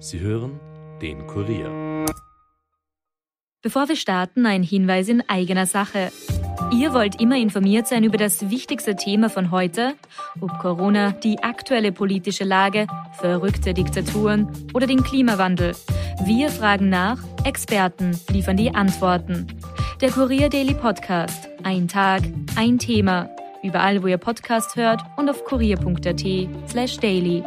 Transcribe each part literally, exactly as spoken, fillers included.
Sie hören den Kurier. Bevor wir starten, ein Hinweis in eigener Sache. Ihr wollt immer informiert sein über das wichtigste Thema von heute? Ob Corona, die aktuelle politische Lage, verrückte Diktaturen oder den Klimawandel. Wir fragen nach, Experten liefern die Antworten. Der Kurier Daily Podcast. Ein Tag, ein Thema. Überall, wo ihr Podcast hört und auf kurier punkt at slash daily.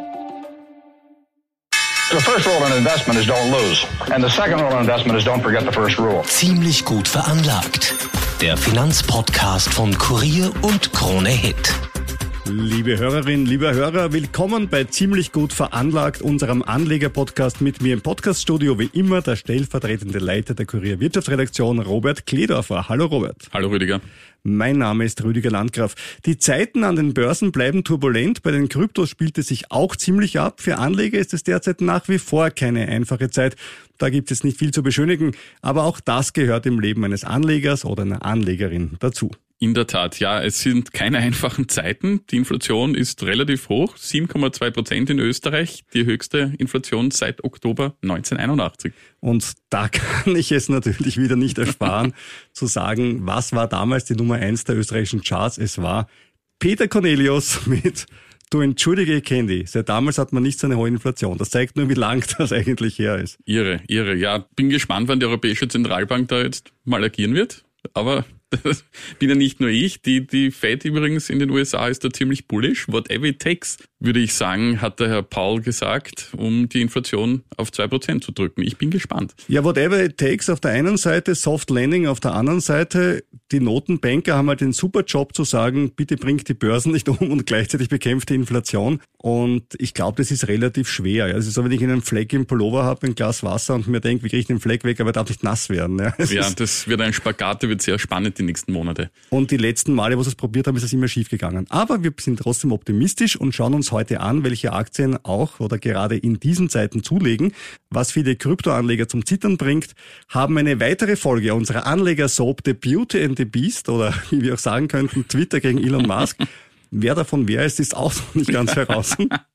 The first rule in investment is don't lose. And the second rule in investment is don't forget the first rule. Ziemlich gut veranlagt. Der Finanzpodcast von Kurier und Krone Hit. Liebe Hörerinnen, lieber Hörer, willkommen bei Ziemlich gut veranlagt, unserem Anleger-Podcast mit mir im Podcaststudio, wie immer der stellvertretende Leiter der Kurier Wirtschaftsredaktion, Robert Kledorfer. Hallo Robert. Hallo Rüdiger. Mein Name ist Rüdiger Landgraf. Die Zeiten an den Börsen bleiben turbulent. Bei den Kryptos spielt es sich auch ziemlich ab. Für Anleger ist es derzeit nach wie vor keine einfache Zeit. Da gibt es nicht viel zu beschönigen. Aber auch das gehört im Leben eines Anlegers oder einer Anlegerin dazu. In der Tat, ja, es sind keine einfachen Zeiten. Die Inflation ist relativ hoch, sieben Komma zwei Prozent in Österreich, die höchste Inflation seit Oktober neunzehnhunderteinundachtzig. Und da kann ich es natürlich wieder nicht ersparen, zu sagen, was war damals die Nummer eins der österreichischen Charts? Es war Peter Cornelius mit Du entschuldige Candy. Seit damals hat man nicht so eine hohe Inflation. Das zeigt nur, wie lang das eigentlich her ist. Irre, irre. Ja, bin gespannt, wann die Europäische Zentralbank da jetzt mal agieren wird. Aber das bin ja nicht nur ich. Die, die Fed übrigens in den U S A ist da ziemlich bullish. Whatever it takes, würde ich sagen, hat der Herr Paul gesagt, um die Inflation auf zwei Prozent zu drücken. Ich bin gespannt. Ja, whatever it takes auf der einen Seite, Soft Landing auf der anderen Seite. Die Notenbanker haben halt den super Job zu sagen, bitte bringt die Börsen nicht um und gleichzeitig bekämpft die Inflation. Und ich glaube, das ist relativ schwer. Es ist so, wenn ich einen Fleck im Pullover habe, ein Glas Wasser und mir denke, wie kriege ich den Fleck weg, aber er darf nicht nass werden. Ja, ja das wird ein Spagat, der wird sehr spannend die nächsten Monate. Und die letzten Male, wo sie es probiert haben, ist es immer schief gegangen. Aber wir sind trotzdem optimistisch und schauen uns heute an, welche Aktien auch oder gerade in diesen Zeiten zulegen, was viele Kryptoanleger zum Zittern bringt, haben eine weitere Folge unserer Anleger-Soap The Beauty and the Beast oder wie wir auch sagen könnten, Twitter gegen Elon Musk. Wer davon wer ist, ist auch noch nicht ganz heraus.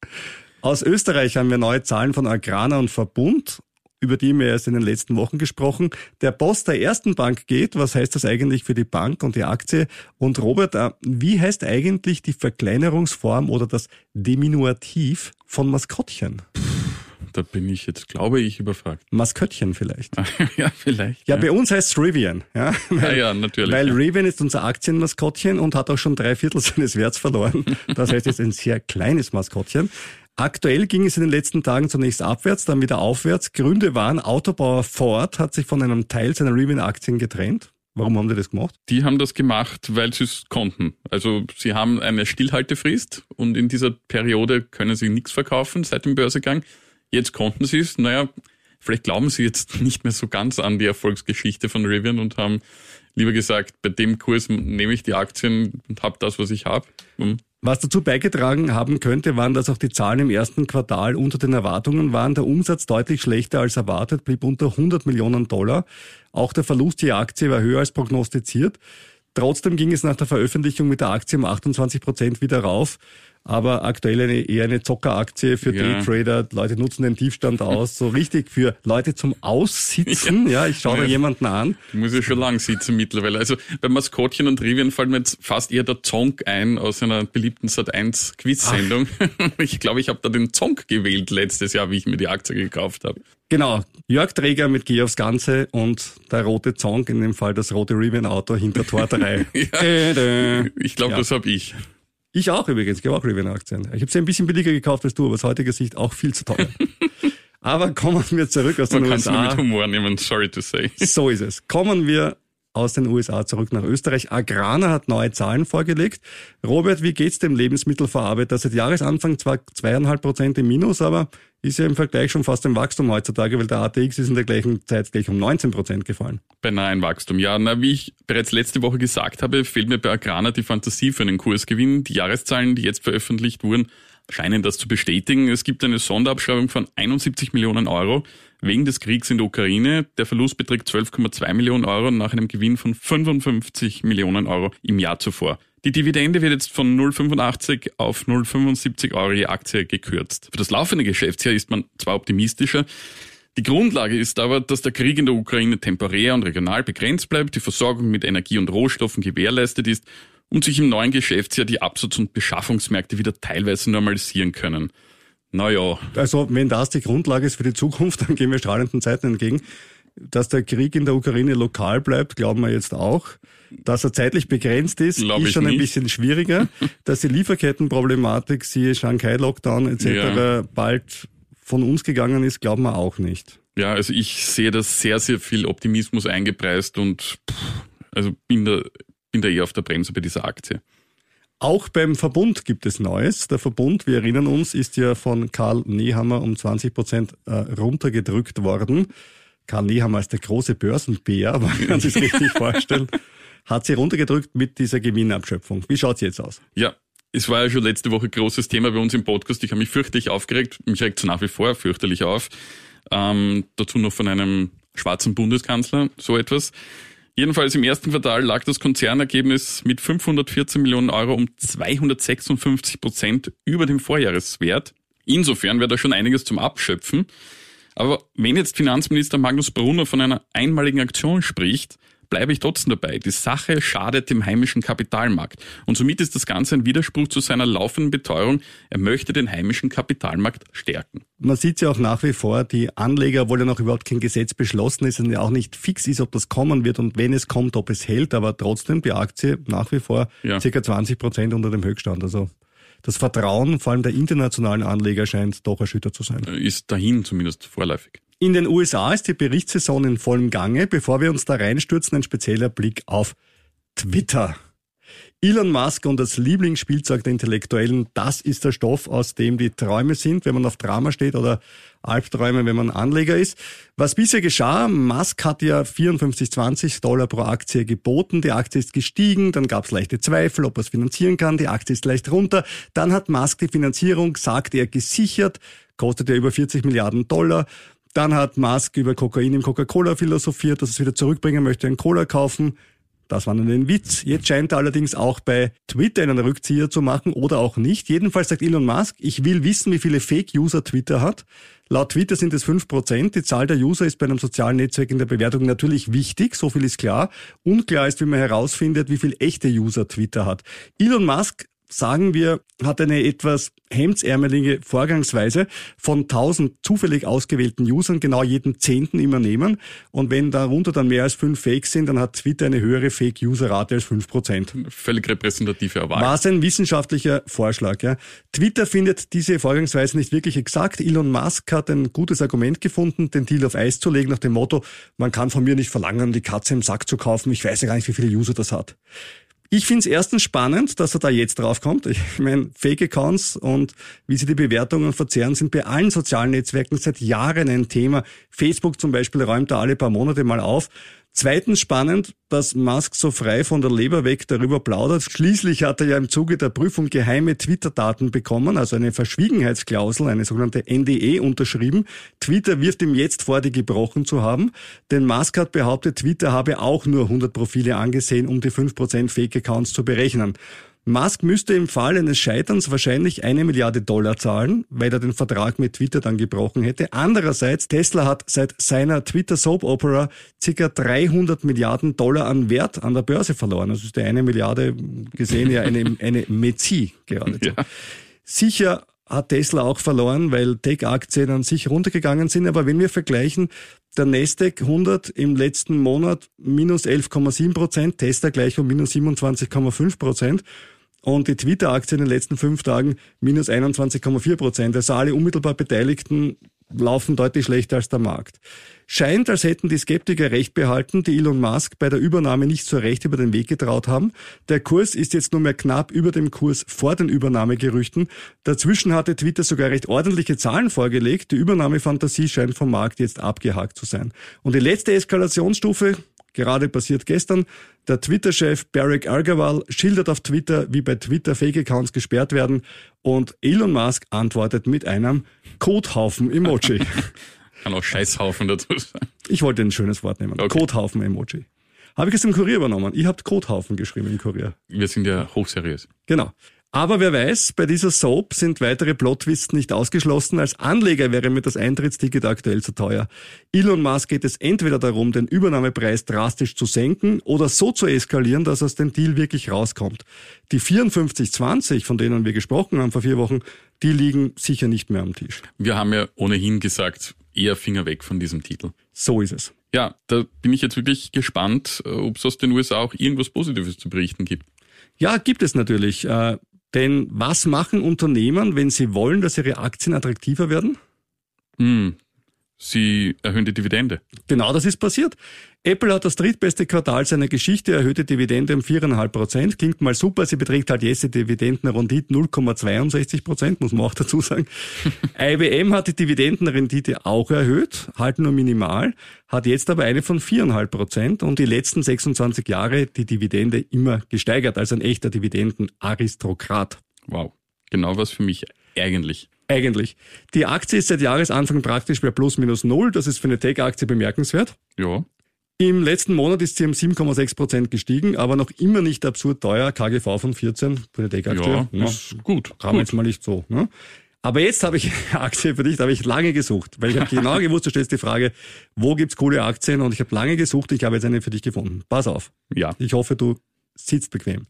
Aus Österreich haben wir neue Zahlen von Agrana und Verbund, über die haben wir erst in den letzten Wochen gesprochen. Der Boss der ersten Bank geht. Was heißt das eigentlich für die Bank und die Aktie? Und Robert, wie heißt eigentlich die Verkleinerungsform oder das Diminutiv von Maskottchen? Da bin ich jetzt, glaube ich, überfragt. Maskottchen vielleicht. Ja, vielleicht. Ja, ja, bei uns heißt es Rivian. Ja, weil, ja, ja, natürlich. Weil ja. Rivian ist unser Aktienmaskottchen und hat auch schon drei Viertel seines Werts verloren. Das heißt, es ist ein sehr kleines Maskottchen. Aktuell ging es in den letzten Tagen zunächst abwärts, dann wieder aufwärts. Gründe waren, Autobauer Ford hat sich von einem Teil seiner Rivian-Aktien getrennt. Warum haben die das gemacht? Die haben das gemacht, weil sie es konnten. Also sie haben eine Stillhaltefrist und in dieser Periode können sie nichts verkaufen seit dem Börsegang. Jetzt konnten sie es. Naja, vielleicht glauben sie jetzt nicht mehr so ganz an die Erfolgsgeschichte von Rivian und haben lieber gesagt, bei dem Kurs nehme ich die Aktien und habe das, was ich habe. Hm. Was dazu beigetragen haben könnte, waren, dass auch die Zahlen im ersten Quartal unter den Erwartungen waren. Der Umsatz deutlich schlechter als erwartet, blieb unter hundert Millionen Dollar. Auch der Verlust je Aktie war höher als prognostiziert. Trotzdem ging es nach der Veröffentlichung mit der Aktie um achtundzwanzig Prozent wieder rauf. Aber aktuell eine, eher eine Zockeraktie für ja. Daytrader. Leute nutzen den Tiefstand aus. So richtig für Leute zum Aussitzen. Ja, ja ich schaue ja. da jemanden an. Ich muss ja schon lang sitzen mittlerweile. Also bei Maskottchen und Rivian fällt mir jetzt fast eher der Zonk ein aus einer beliebten Sat eins Quiz-Sendung. Ach. Ich glaube, ich habe da den Zonk gewählt letztes Jahr, wie ich mir die Aktie gekauft habe. Genau. Jörg Träger mit Geh aufs Ganze und der rote Zonk, in dem Fall das rote Rivian-Auto hinter Tor drei. ja. Ich glaube, ja. das habe ich. Ich auch übrigens, ich habe auch Rivian-Aktien. Ich habe sie ein bisschen billiger gekauft als du, aber aus heutiger Sicht auch viel zu teuer. Aber kommen wir zurück aus den Man U S A. Man kann es nur mit Humor nehmen, sorry to say. So ist es. Kommen wir aus den U S A zurück nach Österreich. Agrana hat neue Zahlen vorgelegt. Robert, wie geht's dem Lebensmittelverarbeiter? Seit Jahresanfang zwar zweieinhalb Prozent im Minus, aber ist ja im Vergleich schon fast ein Wachstum heutzutage, weil der A T X ist in der gleichen Zeit gleich um neunzehn Prozent gefallen. Beinahe ein Wachstum. Ja, na, wie ich bereits letzte Woche gesagt habe, fehlt mir bei Agrana die Fantasie für einen Kursgewinn. Die Jahreszahlen, die jetzt veröffentlicht wurden, scheinen das zu bestätigen. Es gibt eine Sonderabschreibung von einundsiebzig Millionen Euro, wegen des Kriegs in der Ukraine. Der Verlust beträgt zwölf Komma zwei Millionen Euro nach einem Gewinn von fünfundfünfzig Millionen Euro im Jahr zuvor. Die Dividende wird jetzt von null Komma fünfundachtzig auf null Komma fünfundsiebzig Euro je Aktie gekürzt. Für das laufende Geschäftsjahr ist man zwar optimistischer, die Grundlage ist aber, dass der Krieg in der Ukraine temporär und regional begrenzt bleibt, die Versorgung mit Energie und Rohstoffen gewährleistet ist und sich im neuen Geschäftsjahr die Absatz- und Beschaffungsmärkte wieder teilweise normalisieren können. Naja. Also wenn das die Grundlage ist für die Zukunft, dann gehen wir strahlenden Zeiten entgegen. Dass der Krieg in der Ukraine lokal bleibt, glauben wir jetzt auch. Dass er zeitlich begrenzt ist, Glaub ist schon nicht. ein bisschen schwieriger. Dass die Lieferkettenproblematik, siehe Shanghai-Lockdown et cetera, ja. bald von uns gegangen ist, glauben wir auch nicht. Ja, also ich sehe da sehr, sehr viel Optimismus eingepreist und pff, also bin da, bin da eher auf der Bremse bei dieser Aktie. Auch beim Verbund gibt es Neues. Der Verbund, wir erinnern uns, ist ja von Karl Nehammer um zwanzig Prozent äh, runtergedrückt worden. Karl Nehammer ist der große Börsenbär, man kann sich richtig vorstellen, hat sie runtergedrückt mit dieser Gewinnabschöpfung. Wie schaut's jetzt aus? Ja, es war ja schon letzte Woche großes Thema bei uns im Podcast. Ich habe mich fürchterlich aufgeregt. Mich regt es nach wie vor fürchterlich auf. Ähm, dazu noch von einem schwarzen Bundeskanzler, so etwas. Jedenfalls im ersten Quartal lag das Konzernergebnis mit fünfhundertvierzehn Millionen Euro um zweihundertsechsundfünfzig Prozent über dem Vorjahreswert. Insofern wäre da schon einiges zum Abschöpfen. Aber wenn jetzt Finanzminister Magnus Brunner von einer einmaligen Aktion spricht, bleibe ich trotzdem dabei. Die Sache schadet dem heimischen Kapitalmarkt. Und somit ist das Ganze ein Widerspruch zu seiner laufenden Beteuerung. Er möchte den heimischen Kapitalmarkt stärken. Man sieht ja auch nach wie vor, die Anleger, obwohl ja noch überhaupt kein Gesetz beschlossen ist und ja auch nicht fix ist, ob das kommen wird und wenn es kommt, ob es hält. Aber trotzdem die Aktie nach wie vor ja. ca. zwanzig Prozent unter dem Höchststand. Also das Vertrauen vor allem der internationalen Anleger scheint doch erschüttert zu sein. Ist dahin zumindest vorläufig. In den U S A ist die Berichtssaison in vollem Gange. Bevor wir uns da reinstürzen, ein spezieller Blick auf Twitter. Elon Musk und das Lieblingsspielzeug der Intellektuellen, das ist der Stoff, aus dem die Träume sind, wenn man auf Drama steht oder Albträume, wenn man Anleger ist. Was bisher geschah, Musk hat ja vierundfünfzig zwanzig Dollar pro Aktie geboten, die Aktie ist gestiegen, dann gab es leichte Zweifel, ob er es finanzieren kann, die Aktie ist leicht runter. Dann hat Musk die Finanzierung, sagt er, gesichert, kostet ja über vierzig Milliarden Dollar. Dann hat Musk über Kokain im Coca-Cola philosophiert, dass er es wieder zurückbringen möchte, einen Cola kaufen. Das war nur ein Witz. Jetzt scheint er allerdings auch bei Twitter einen Rückzieher zu machen oder auch nicht. Jedenfalls sagt Elon Musk, ich will wissen, wie viele Fake-User Twitter hat. Laut Twitter sind es fünf Prozent. Die Zahl der User ist bei einem sozialen Netzwerk in der Bewertung natürlich wichtig, so viel ist klar. Unklar ist, wie man herausfindet, wie viele echte User Twitter hat. Elon Musk, sagen wir, hat eine etwas hemdsärmelige Vorgangsweise von tausend zufällig ausgewählten Usern genau jeden Zehnten immer nehmen. Und wenn darunter dann mehr als fünf Fakes sind, dann hat Twitter eine höhere Fake-User-Rate als fünf Prozent. Völlig repräsentative Wahl. War es ein wissenschaftlicher Vorschlag. Ja. Twitter findet diese Vorgangsweise nicht wirklich exakt. Elon Musk hat ein gutes Argument gefunden, den Deal auf Eis zu legen nach dem Motto, man kann von mir nicht verlangen, die Katze im Sack zu kaufen. Ich weiß ja gar nicht, wie viele User das hat. Ich finde es erstens spannend, dass er da jetzt draufkommt. Ich meine, Fake-Accounts und wie sie die Bewertungen verzehren, sind bei allen sozialen Netzwerken seit Jahren ein Thema. Facebook zum Beispiel räumt da alle paar Monate mal auf. Zweitens spannend, dass Musk so frei von der Leber weg darüber plaudert. Schließlich hat er ja im Zuge der Prüfung geheime Twitter-Daten bekommen, also eine Verschwiegenheitsklausel, eine sogenannte N D A unterschrieben. Twitter wirft ihm jetzt vor, die gebrochen zu haben. Denn Musk hat behauptet, Twitter habe auch nur hundert Profile angesehen, um die fünf Prozent Fake-Accounts zu berechnen. Musk müsste im Fall eines Scheiterns wahrscheinlich eine Milliarde Dollar zahlen, weil er den Vertrag mit Twitter dann gebrochen hätte. Andererseits, Tesla hat seit seiner Twitter-Soap-Opera ca. dreihundert Milliarden Dollar an Wert an der Börse verloren. Also ist die eine Milliarde gesehen ja eine, eine Metzie geradezu. Ja. Sicher hat Tesla auch verloren, weil Tech-Aktien an sich runtergegangen sind. Aber wenn wir vergleichen, der Nasdaq hundert im letzten Monat minus elf Komma sieben Prozent, Tesla gleich um minus siebenundzwanzig Komma fünf Prozent. Und die Twitter-Aktie in den letzten fünf Tagen minus einundzwanzig Komma vier Prozent. Also alle unmittelbar Beteiligten laufen deutlich schlechter als der Markt. Scheint, als hätten die Skeptiker recht behalten, die Elon Musk bei der Übernahme nicht so recht über den Weg getraut haben. Der Kurs ist jetzt nur mehr knapp über dem Kurs vor den Übernahmegerüchten. Dazwischen hatte Twitter sogar recht ordentliche Zahlen vorgelegt. Die Übernahmefantasie scheint vom Markt jetzt abgehakt zu sein. Und die letzte Eskalationsstufe, gerade passiert gestern, der Twitter-Chef Barack Agarwal schildert auf Twitter, wie bei Twitter Fake-Accounts gesperrt werden und Elon Musk antwortet mit einem Kothaufen-Emoji. Kann auch Scheißhaufen dazu sagen. Ich wollte ein schönes Wort nehmen. Okay. Kothaufen-Emoji. Habe ich es im Kurier übernommen. Ich habe Kothaufen geschrieben im Kurier. Wir sind ja hochseriös. Genau. Aber wer weiß, bei dieser Soap sind weitere Plot-Twists nicht ausgeschlossen. Als Anleger wäre mir das Eintrittsticket aktuell zu teuer. Elon Musk geht es entweder darum, den Übernahmepreis drastisch zu senken oder so zu eskalieren, dass aus dem Deal wirklich rauskommt. Die vierundfünfzig zwanzig, von denen wir gesprochen haben vor vier Wochen, die liegen sicher nicht mehr am Tisch. Wir haben ja ohnehin gesagt, eher Finger weg von diesem Titel. So ist es. Ja, da bin ich jetzt wirklich gespannt, ob es aus den U S A auch irgendwas Positives zu berichten gibt. Ja, gibt es natürlich. Äh, denn was machen Unternehmen, wenn sie wollen, dass ihre Aktien attraktiver werden? Hm, sie erhöhen die Dividende. Genau das ist passiert. Apple hat das drittbeste Quartal seiner Geschichte, erhöhte Dividende um vier Komma fünf Prozent. Klingt mal super, sie beträgt halt jetzt die Dividendenrendite null Komma zweiundsechzig Prozent, muss man auch dazu sagen. I B M hat die Dividendenrendite auch erhöht, halt nur minimal, hat jetzt aber eine von vier Komma fünf Prozent und die letzten sechsundzwanzig Jahre die Dividende immer gesteigert, also ein echter Dividendenaristokrat. Wow, genau was für mich eigentlich. Eigentlich. Die Aktie ist seit Jahresanfang praktisch bei plus minus null, das ist für eine Tech-Aktie bemerkenswert. Ja. Im letzten Monat ist sie um sieben Komma sechs Prozent gestiegen, aber noch immer nicht absurd teuer. K G V von vierzehn für eine Tech-Aktie. Ja, ja, ist gut. Kann man gut. jetzt mal nicht so. Ne? Aber jetzt habe ich eine Aktie für dich, da habe ich lange gesucht, weil ich habe genau gewusst, du stellst die Frage, wo gibt's coole Aktien? Und ich habe lange gesucht, ich habe jetzt eine für dich gefunden. Pass auf. Ja. Ich hoffe, du sitzt bequem.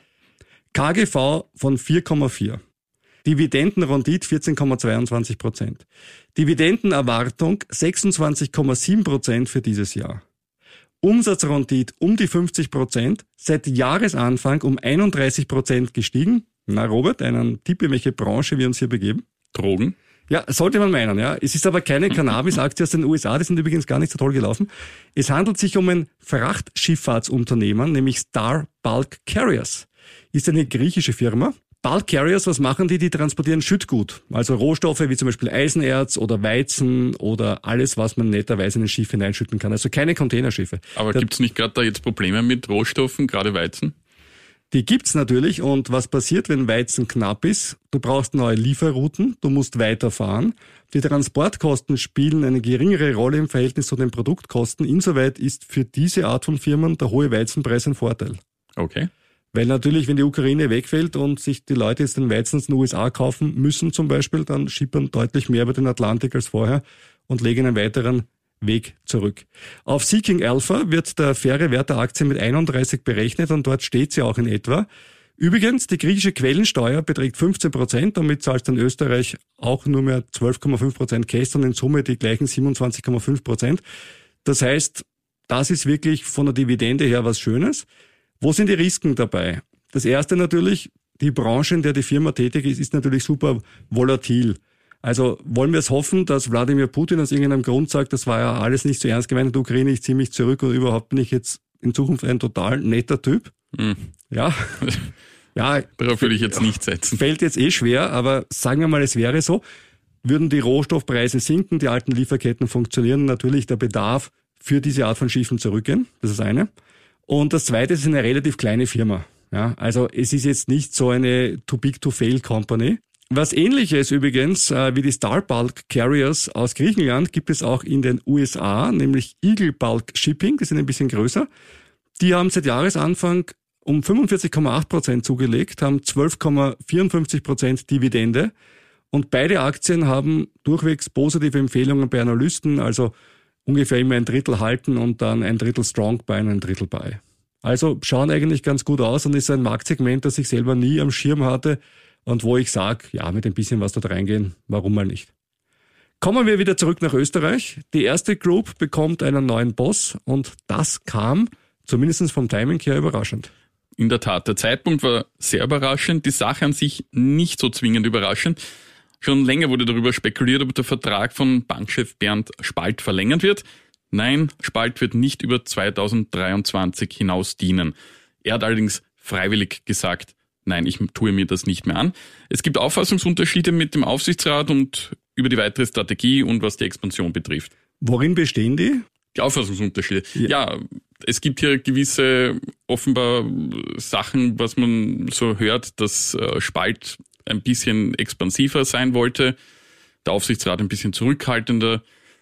K G V von vier Komma vier. Dividendenrendite vierzehn Komma zweiundzwanzig Prozent. Dividendenerwartung sechsundzwanzig Komma sieben Prozent für dieses Jahr. Umsatzrendite um die fünfzig Prozent, seit Jahresanfang um einunddreißig Prozent gestiegen. Na Robert, einen Tipp, in welche Branche wir uns hier begeben? Drogen? Ja, sollte man meinen, ja. Es ist aber keine Cannabis-Aktie aus den U S A, die sind übrigens gar nicht so toll gelaufen. Es handelt sich um ein Frachtschifffahrtsunternehmen, nämlich Star Bulk Carriers. Ist eine griechische Firma. Bulk Carriers, was machen die? Die transportieren Schüttgut, also Rohstoffe wie zum Beispiel Eisenerz oder Weizen oder alles, was man netterweise in ein Schiff hineinschütten kann. Also keine Containerschiffe. Aber Da- gibt's nicht gerade da jetzt Probleme mit Rohstoffen, gerade Weizen? Die gibt's natürlich und was passiert, wenn Weizen knapp ist? Du brauchst neue Lieferrouten, du musst weiterfahren. Die Transportkosten spielen eine geringere Rolle im Verhältnis zu den Produktkosten. Insoweit ist für diese Art von Firmen der hohe Weizenpreis ein Vorteil. Okay. Weil natürlich, wenn die Ukraine wegfällt und sich die Leute jetzt den Weizen in den U S A kaufen müssen zum Beispiel, dann schippern deutlich mehr über den Atlantik als vorher und legen einen weiteren Weg zurück. Auf Seeking Alpha wird der faire Wert der Aktie mit einunddreißig berechnet und dort steht sie auch in etwa. Übrigens, die griechische Quellensteuer beträgt fünfzehn Prozent, damit zahlt in Österreich auch nur mehr zwölf Komma fünf Prozent Käst und in Summe die gleichen siebenundzwanzig Komma fünf Prozent. Das heißt, das ist wirklich von der Dividende her was Schönes. Wo sind die Risiken dabei? Das erste natürlich, die Branche, in der die Firma tätig ist, ist natürlich super volatil. Also wollen wir es hoffen, dass Wladimir Putin aus irgendeinem Grund sagt, das war ja alles nicht so ernst gemeint, die Ukraine, ich ziehe mich zurück und überhaupt bin ich jetzt in Zukunft ein total netter Typ. Hm. Ja, ja, Darauf würde ich jetzt nicht setzen. fällt jetzt eh schwer, aber sagen wir mal, es wäre so, würden die Rohstoffpreise sinken, die alten Lieferketten funktionieren, natürlich der Bedarf für diese Art von Schiffen zurückgehen. Das ist das eine. Und das zweite ist eine relativ kleine Firma. Ja, also es ist jetzt nicht so eine too big to fail Company. Was Ähnliches übrigens äh, wie die Star Bulk Carriers aus Griechenland gibt es auch in den U S A, nämlich Eagle Bulk Shipping, die sind ein bisschen größer. Die haben seit Jahresanfang um fünfundvierzig Komma acht Prozent zugelegt, haben zwölf Komma vierundfünfzig Prozent Dividende und beide Aktien haben durchwegs positive Empfehlungen bei Analysten, also ungefähr immer ein Drittel halten und dann ein Drittel Strong Buy und ein Drittel Buy. Also schauen eigentlich ganz gut aus und ist ein Marktsegment, das ich selber nie am Schirm hatte und wo ich sage, ja, mit ein bisschen was dort reingehen, warum mal nicht. Kommen wir wieder zurück nach Österreich. Die erste Group bekommt einen neuen Boss und das kam, zumindest vom Timing her, überraschend. In der Tat, der Zeitpunkt war sehr überraschend, die Sache an sich nicht so zwingend überraschend. Schon länger wurde darüber spekuliert, ob der Vertrag von Bankchef Bernd Spalt verlängert wird. Nein, Spalt wird nicht über zweitausenddreiundzwanzig hinaus dienen. Er hat allerdings freiwillig gesagt, nein, ich tue mir das nicht mehr an. Es gibt Auffassungsunterschiede mit dem Aufsichtsrat und über die weitere Strategie und was die Expansion betrifft. Worin bestehen die? Die Auffassungsunterschiede. Ja. Ja, es gibt hier gewisse offenbar Sachen, was man so hört, dass Spalt ein bisschen expansiver sein wollte, der Aufsichtsrat ein bisschen zurückhaltender.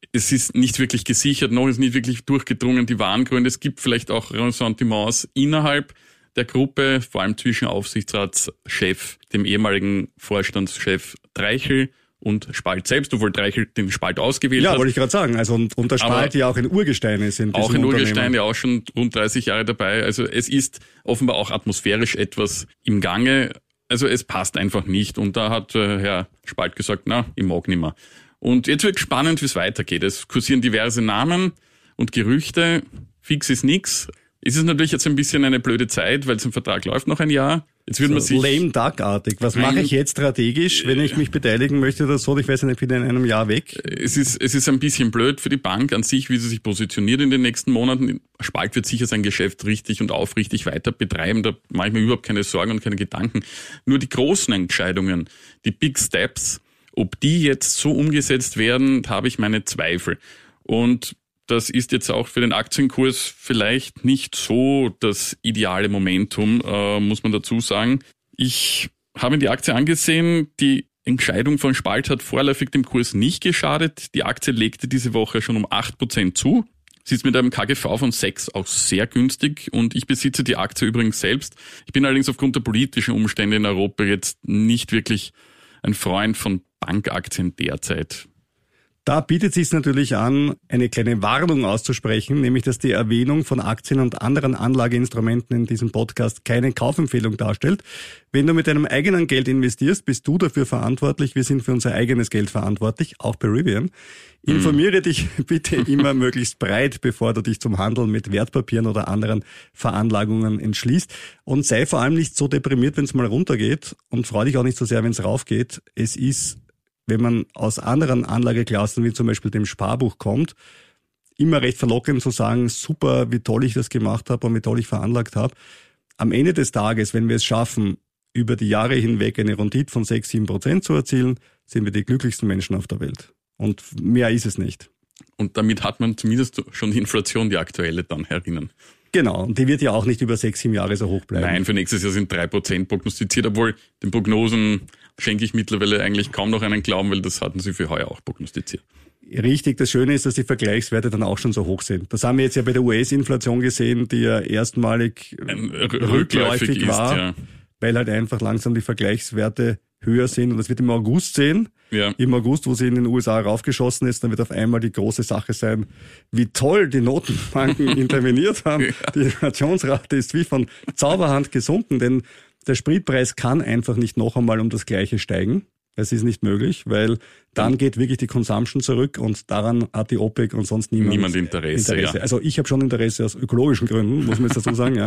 es ist nicht wirklich gesichert, noch ist nicht wirklich durchgedrungen die Warengründe. Es gibt vielleicht auch Ressentiments innerhalb der Gruppe, vor allem zwischen Aufsichtsratschef, dem ehemaligen Vorstandschef Treichel und Spalt selbst, obwohl Treichel den Spalt ausgewählt ja, hat. Ja, wollte ich gerade sagen. Also und, und der Spalt ja auch in Urgestein ist. In auch in Urgestein, ja auch schon rund dreißig Jahre dabei. Also es ist offenbar auch atmosphärisch etwas im Gange. Also es passt einfach nicht. Und da hat äh, Herr Spalt gesagt, na, ich mag nicht mehr. Und jetzt wird spannend, wie es weitergeht. Es kursieren diverse Namen und Gerüchte. Fix ist nix. Es ist natürlich jetzt ein bisschen eine blöde Zeit, weil zum Vertrag läuft noch ein Jahr. Jetzt würde so man sich lame duck-artig. Was mache ich jetzt strategisch, wenn ich mich beteiligen möchte oder so? Ich weiß nicht, ich bin in einem Jahr weg. Es ist, es ist ein bisschen blöd für die Bank an sich, wie sie sich positioniert in den nächsten Monaten. Spalt wird sicher sein Geschäft richtig und aufrichtig weiter betreiben. Da mache ich mir überhaupt keine Sorgen und keine Gedanken. Nur die großen Entscheidungen, die Big Steps, ob die jetzt so umgesetzt werden, habe ich meine Zweifel. Und das ist jetzt auch für den Aktienkurs vielleicht nicht so das ideale Momentum, äh, muss man dazu sagen. Ich habe mir die Aktie angesehen. Die Entscheidung von Spalt hat vorläufig dem Kurs nicht geschadet. Die Aktie legte diese Woche schon um acht Prozent zu. Sie ist mit einem K G V von sechs auch sehr günstig und ich besitze die Aktie übrigens selbst. Ich bin allerdings aufgrund der politischen Umstände in Europa jetzt nicht wirklich ein Freund von Bankaktien derzeit. Da bietet es sich natürlich an, eine kleine Warnung auszusprechen, nämlich dass die Erwähnung von Aktien und anderen Anlageinstrumenten in diesem Podcast keine Kaufempfehlung darstellt. Wenn du mit deinem eigenen Geld investierst, bist du dafür verantwortlich. Wir sind für unser eigenes Geld verantwortlich, auch bei Rivian. Informiere mhm. dich bitte immer möglichst breit, bevor du dich zum Handeln mit Wertpapieren oder anderen Veranlagungen entschließt. Und sei vor allem nicht so deprimiert, wenn es mal runtergeht und freu dich auch nicht so sehr, wenn es raufgeht. Es ist, wenn man aus anderen Anlageklassen, wie zum Beispiel dem Sparbuch kommt, immer recht verlockend zu sagen, super, wie toll ich das gemacht habe und wie toll ich veranlagt habe. Am Ende des Tages, wenn wir es schaffen, über die Jahre hinweg eine Rendite von sechs, sieben Prozent zu erzielen, sind wir die glücklichsten Menschen auf der Welt. Und mehr ist es nicht. Und damit hat man zumindest schon die Inflation, die aktuelle, dann herinnen. Genau, und die wird ja auch nicht über sechs, sieben Jahre so hoch bleiben. Nein, für nächstes Jahr sind drei Prozent prognostiziert, obwohl den Prognosen schenke ich mittlerweile eigentlich kaum noch einen Glauben, weil das hatten sie für heuer auch prognostiziert. Richtig, das Schöne ist, dass die Vergleichswerte dann auch schon so hoch sind. Das haben wir jetzt ja bei der U S-Inflation gesehen, die ja erstmalig Ein, rückläufig, rückläufig war, ist, ja. weil halt einfach langsam die Vergleichswerte höher sind und das wird im August sehen. Ja. Im August, wo sie in den U S A raufgeschossen ist, dann wird auf einmal die große Sache sein, wie toll die Notenbanken interveniert haben. Ja. Die Inflationsrate ist wie von Zauberhand gesunken, denn der Spritpreis kann einfach nicht noch einmal um das Gleiche steigen. Es ist nicht möglich, weil dann geht wirklich die Consumption zurück und daran hat die OPEC und sonst niemand, niemand Interesse. Interesse. Ja. Also ich habe schon Interesse aus ökologischen Gründen, muss man jetzt dazu sagen, ja.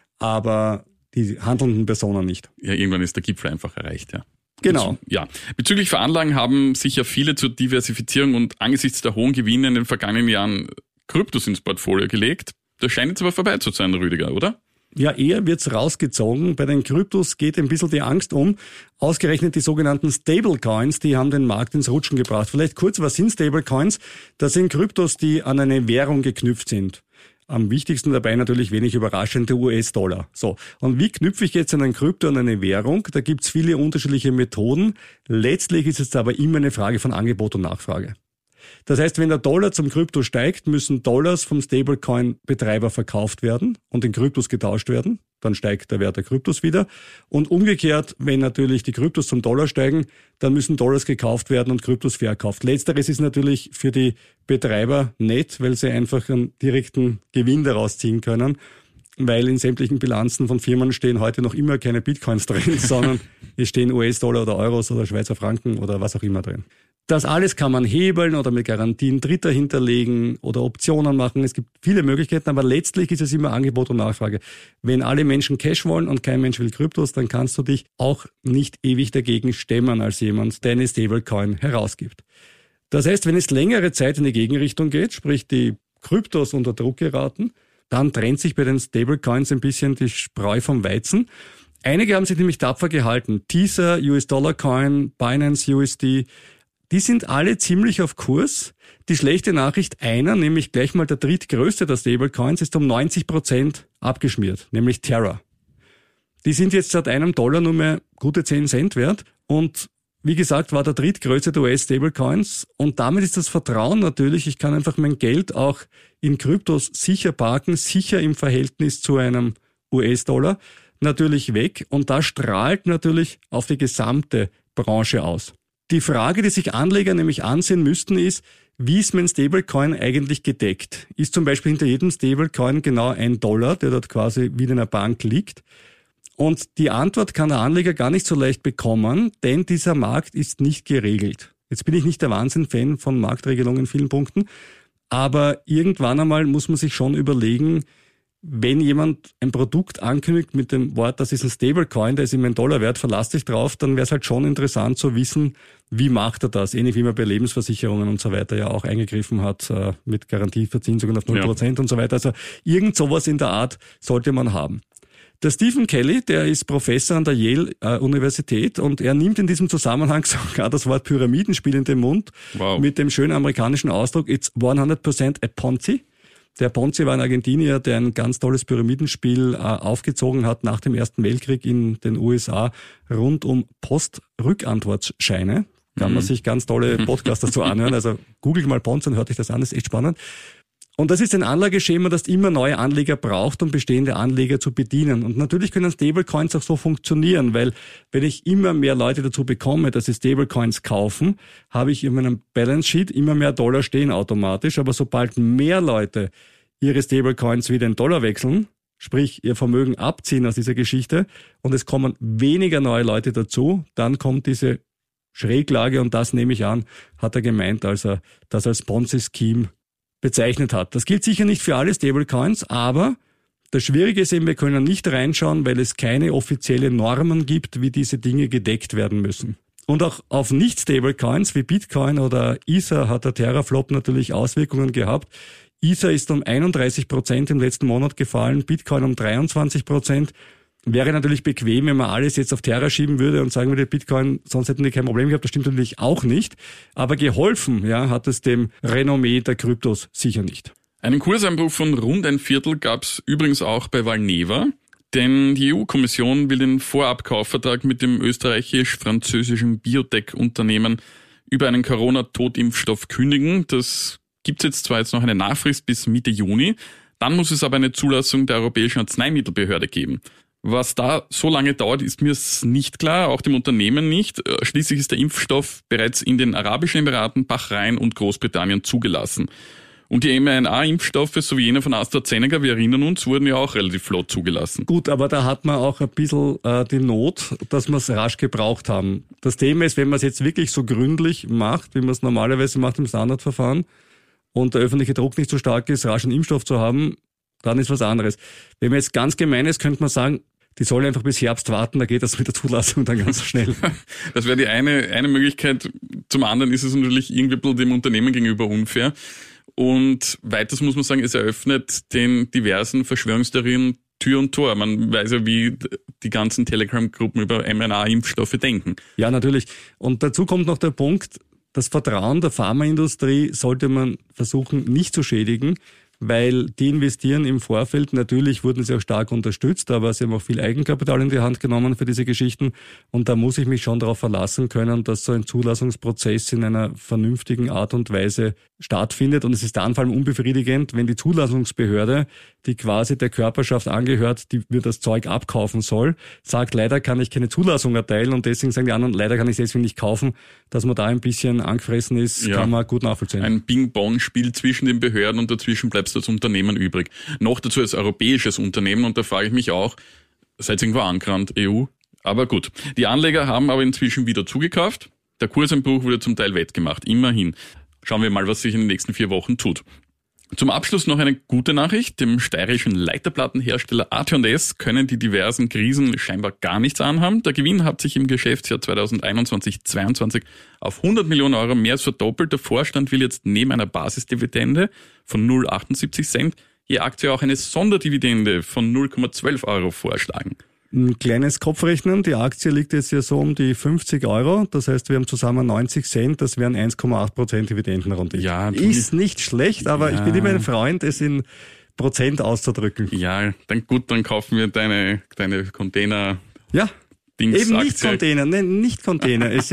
Aber die handelnden Personen nicht. Ja, irgendwann ist der Gipfel einfach erreicht, ja. Genau. Ja. Bezüglich Veranlagen haben sich ja viele zur Diversifizierung und angesichts der hohen Gewinne in den vergangenen Jahren Kryptos ins Portfolio gelegt. Das scheint jetzt aber vorbei zu sein, Rüdiger, oder? Ja, eher wird's rausgezogen. Bei den Kryptos geht ein bisschen die Angst um. Ausgerechnet die sogenannten Stablecoins, die haben den Markt ins Rutschen gebracht. Vielleicht kurz, was sind Stablecoins? Das sind Kryptos, die an eine Währung geknüpft sind. Am wichtigsten dabei natürlich wenig überraschend der U S-Dollar. So, und wie knüpfe ich jetzt einen Krypto an eine Währung? Da gibt's viele unterschiedliche Methoden. Letztlich ist es aber immer eine Frage von Angebot und Nachfrage. Das heißt, wenn der Dollar zum Krypto steigt, müssen Dollars vom Stablecoin-Betreiber verkauft werden und in Kryptos getauscht werden. Dann steigt der Wert der Kryptos wieder. Und umgekehrt, wenn natürlich die Kryptos zum Dollar steigen, dann müssen Dollars gekauft werden und Kryptos verkauft. Letzteres ist natürlich für die Betreiber nett, weil sie einfach einen direkten Gewinn daraus ziehen können, weil in sämtlichen Bilanzen von Firmen stehen heute noch immer keine Bitcoins drin, sondern es stehen U S-Dollar oder Euros oder Schweizer Franken oder was auch immer drin. Das alles kann man hebeln oder mit Garantien Dritter hinterlegen oder Optionen machen. Es gibt viele Möglichkeiten, aber letztlich ist es immer Angebot und Nachfrage. Wenn alle Menschen Cash wollen und kein Mensch will Kryptos, dann kannst du dich auch nicht ewig dagegen stemmen als jemand, der eine Stablecoin herausgibt. Das heißt, wenn es längere Zeit in die Gegenrichtung geht, sprich die Kryptos unter Druck geraten, dann trennt sich bei den Stablecoins ein bisschen die Spreu vom Weizen. Einige haben sich nämlich tapfer gehalten. Tether, U S-Dollar Coin, Binance U S D, die sind alle ziemlich auf Kurs. Die schlechte Nachricht, einer, nämlich gleich mal der drittgrößte der Stablecoins, ist um neunzig Prozent abgeschmiert, nämlich Terra. Die sind jetzt seit einem Dollar nur mehr gute zehn Cent wert und wie gesagt, war der drittgrößte der U S-Stablecoins und damit ist das Vertrauen natürlich, ich kann einfach mein Geld auch in Kryptos sicher parken, sicher im Verhältnis zu einem U S-Dollar, natürlich weg und das strahlt natürlich auf die gesamte Branche aus. Die Frage, die sich Anleger nämlich ansehen müssten, ist, wie ist mein Stablecoin eigentlich gedeckt? Ist zum Beispiel hinter jedem Stablecoin genau ein Dollar, der dort quasi wie in einer Bank liegt? Und die Antwort kann der Anleger gar nicht so leicht bekommen, denn dieser Markt ist nicht geregelt. Jetzt bin ich nicht der Wahnsinn-Fan von Marktregelungen in vielen Punkten, aber irgendwann einmal muss man sich schon überlegen, wenn jemand ein Produkt ankündigt mit dem Wort, das ist ein Stablecoin, der ist ihm ein Dollar wert, verlass dich drauf, dann wäre es halt schon interessant zu wissen, wie macht er das? Ähnlich wie man bei Lebensversicherungen und so weiter ja auch eingegriffen hat, äh, mit Garantieverzinsungen auf null Prozent ja. und so weiter. Also irgend sowas in der Art sollte man haben. Der Stephen Kelly, der ist Professor an der Yale äh, Universität und er nimmt in diesem Zusammenhang sogar das Wort Pyramidenspiel in den Mund wow. mit dem schönen amerikanischen Ausdruck, it's hundert Prozent a Ponzi. Der Ponzi war ein Argentinier, der ein ganz tolles Pyramidenspiel äh, aufgezogen hat nach dem Ersten Weltkrieg in den U S A rund um Postrückantwortscheine. Kann mhm. man sich ganz tolle Podcasts dazu anhören. Also googelt mal Ponzi und hört euch das an, das ist echt spannend. Und das ist ein Anlageschema, das immer neue Anleger braucht, um bestehende Anleger zu bedienen. Und natürlich können Stablecoins auch so funktionieren, weil wenn ich immer mehr Leute dazu bekomme, dass sie Stablecoins kaufen, habe ich in meinem Balance Sheet immer mehr Dollar stehen automatisch. Aber sobald mehr Leute ihre Stablecoins wieder in Dollar wechseln, sprich ihr Vermögen abziehen aus dieser Geschichte und es kommen weniger neue Leute dazu, dann kommt diese Schräglage und das nehme ich an, hat er gemeint, als er das als Ponzi-Scheme bezeichnet hat. Das gilt sicher nicht für alle Stablecoins, aber das Schwierige ist eben, wir können nicht reinschauen, weil es keine offizielle Normen gibt, wie diese Dinge gedeckt werden müssen. Und auch auf Nicht-Stablecoins wie Bitcoin oder Ether hat der Terraflop natürlich Auswirkungen gehabt. Ether ist um einunddreißig Prozent im letzten Monat gefallen, Bitcoin um dreiundzwanzig Prozent. Wäre natürlich bequem, wenn man alles jetzt auf Terra schieben würde und sagen würde, Bitcoin, sonst hätten die kein Problem gehabt. Das stimmt natürlich auch nicht. Aber geholfen, ja, hat es dem Renommee der Kryptos sicher nicht. Einen Kurseinbruch von rund ein Viertel gab es übrigens auch bei Valneva, denn die E U-Kommission will den Vorabkaufvertrag mit dem österreichisch-französischen Biotech-Unternehmen über einen Corona-Totimpfstoff kündigen. Das gibt jetzt zwar jetzt noch eine Nachfrist bis Mitte Juni, dann muss es aber eine Zulassung der Europäischen Arzneimittelbehörde geben. Was da so lange dauert, ist mir nicht klar, auch dem Unternehmen nicht. Schließlich ist der Impfstoff bereits in den Arabischen Emiraten, Bahrain und Großbritannien zugelassen. Und die mRNA-Impfstoffe sowie jene von AstraZeneca, wir erinnern uns, wurden ja auch relativ flott zugelassen. Gut, aber da hat man auch ein bisschen äh, die Not, dass wir es rasch gebraucht haben. Das Thema ist, wenn man es jetzt wirklich so gründlich macht, wie man es normalerweise macht im Standardverfahren und der öffentliche Druck nicht so stark ist, rasch einen Impfstoff zu haben, dann ist was anderes. Wenn man jetzt ganz gemein ist, könnte man sagen, die sollen einfach bis Herbst warten, da geht das mit der Zulassung dann ganz schnell. Das wäre die eine eine Möglichkeit. Zum anderen ist es natürlich irgendwie dem Unternehmen gegenüber unfair. Und weiters muss man sagen, es eröffnet den diversen Verschwörungstheorien Tür und Tor. Man weiß ja, wie die ganzen Telegram-Gruppen über mRNA-Impfstoffe denken. Ja, natürlich. Und dazu kommt noch der Punkt, das Vertrauen der Pharmaindustrie sollte man versuchen nicht zu schädigen, weil die investieren im Vorfeld, natürlich wurden sie auch stark unterstützt, aber sie haben auch viel Eigenkapital in die Hand genommen für diese Geschichten und da muss ich mich schon darauf verlassen können, dass so ein Zulassungsprozess in einer vernünftigen Art und Weise stattfindet und es ist dann vor allem unbefriedigend, wenn die Zulassungsbehörde, die quasi der Körperschaft angehört, die mir das Zeug abkaufen soll, sagt, leider kann ich keine Zulassung erteilen und deswegen sagen die anderen, leider kann ich es deswegen nicht kaufen, dass man da ein bisschen angefressen ist, ja, kann man gut nachvollziehen. Ein Ping-Pong-Spiel zwischen den Behörden und dazwischen bleibt das Unternehmen übrig. Noch dazu als europäisches Unternehmen und da frage ich mich auch, seid ihr irgendwo angerannt, E U? Aber gut. Die Anleger haben aber inzwischen wieder zugekauft. Der Kurseinbruch wurde zum Teil wettgemacht. Immerhin. Schauen wir mal, was sich in den nächsten vier Wochen tut. Zum Abschluss noch eine gute Nachricht. Dem steirischen Leiterplattenhersteller A T und S können die diversen Krisen scheinbar gar nichts anhaben. Der Gewinn hat sich im Geschäftsjahr zweitausendeinundzwanzig zweiundzwanzig auf hundert Millionen Euro mehr als verdoppelt. Der Vorstand will jetzt neben einer Basisdividende von null Komma achtundsiebzig Cent je Aktie auch eine Sonderdividende von null Komma zwölf Euro vorschlagen. Ein kleines Kopfrechnen, die Aktie liegt jetzt ja so um die fünfzig Euro, das heißt, wir haben zusammen neunzig Cent, das wären eins Komma acht Prozent Dividendenrendite. Ja, ist nicht schlecht, aber ja, ich bin immer ein Freund, es in Prozent auszudrücken. Ja, dann gut, dann kaufen wir deine, deine Container. Ja, Dings eben Aktie. nicht Container, nein, nicht Container, es sind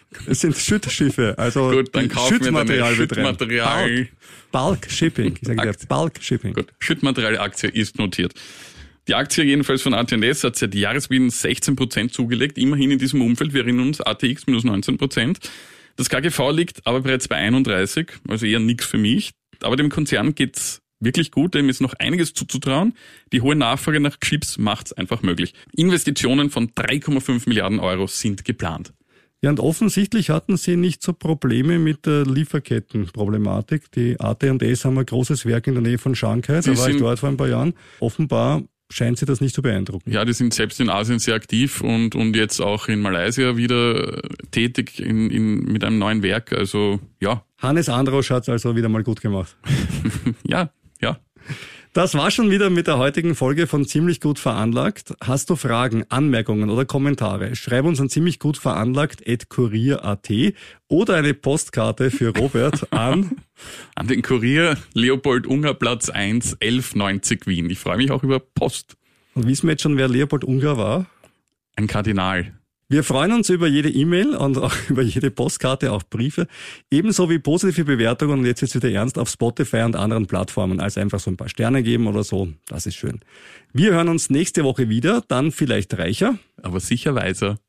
Es sind Schüttschiffe, also Gut, dann kaufen wir deine Schüttmaterial. Schüttmaterial. Bulk Shipping, ich sage dir, Bulk Shipping. Gut, Schüttmaterial-Aktie ist notiert. Die Aktie jedenfalls von A T und S hat seit Jahresbeginn sechzehn Prozent zugelegt, immerhin in diesem Umfeld. Wir erinnern uns, A T X minus neunzehn Prozent. Das K G V liegt aber bereits bei einunddreißig, also eher nix für mich. Aber dem Konzern geht's wirklich gut, dem ist noch einiges zuzutrauen. Die hohe Nachfrage nach Chips macht's einfach möglich. Investitionen von drei Komma fünf Milliarden Euro sind geplant. Ja, und offensichtlich hatten sie nicht so Probleme mit der Lieferkettenproblematik. Die A T und S haben ein großes Werk in der Nähe von Shanghai, da war ich dort vor ein paar Jahren. Offenbar scheint sie das nicht zu beeindrucken. Ja, die sind selbst in Asien sehr aktiv und, und jetzt auch in Malaysia wieder tätig in, in, mit einem neuen Werk. Also, ja. Hannes Androsch hat's also wieder mal gut gemacht. ja, ja. Das war schon wieder mit der heutigen Folge von Ziemlich gut veranlagt. Hast du Fragen, Anmerkungen oder Kommentare? Schreib uns an ziemlich gut veranlagt at kurier punkt a t oder eine Postkarte für Robert an an den Kurier Leopold-Unger-Platz eins, elf neunzig Wien. Ich freue mich auch über Post. Und wissen wir jetzt schon, wer Leopold Unger war? Ein Kardinal. Wir freuen uns über jede E-Mail und auch über jede Postkarte, auch Briefe, ebenso wie positive Bewertungen und jetzt ist wieder ernst auf Spotify und anderen Plattformen, also einfach so ein paar Sterne geben oder so, das ist schön. Wir hören uns nächste Woche wieder, dann vielleicht reicher. Aber sicher weiser.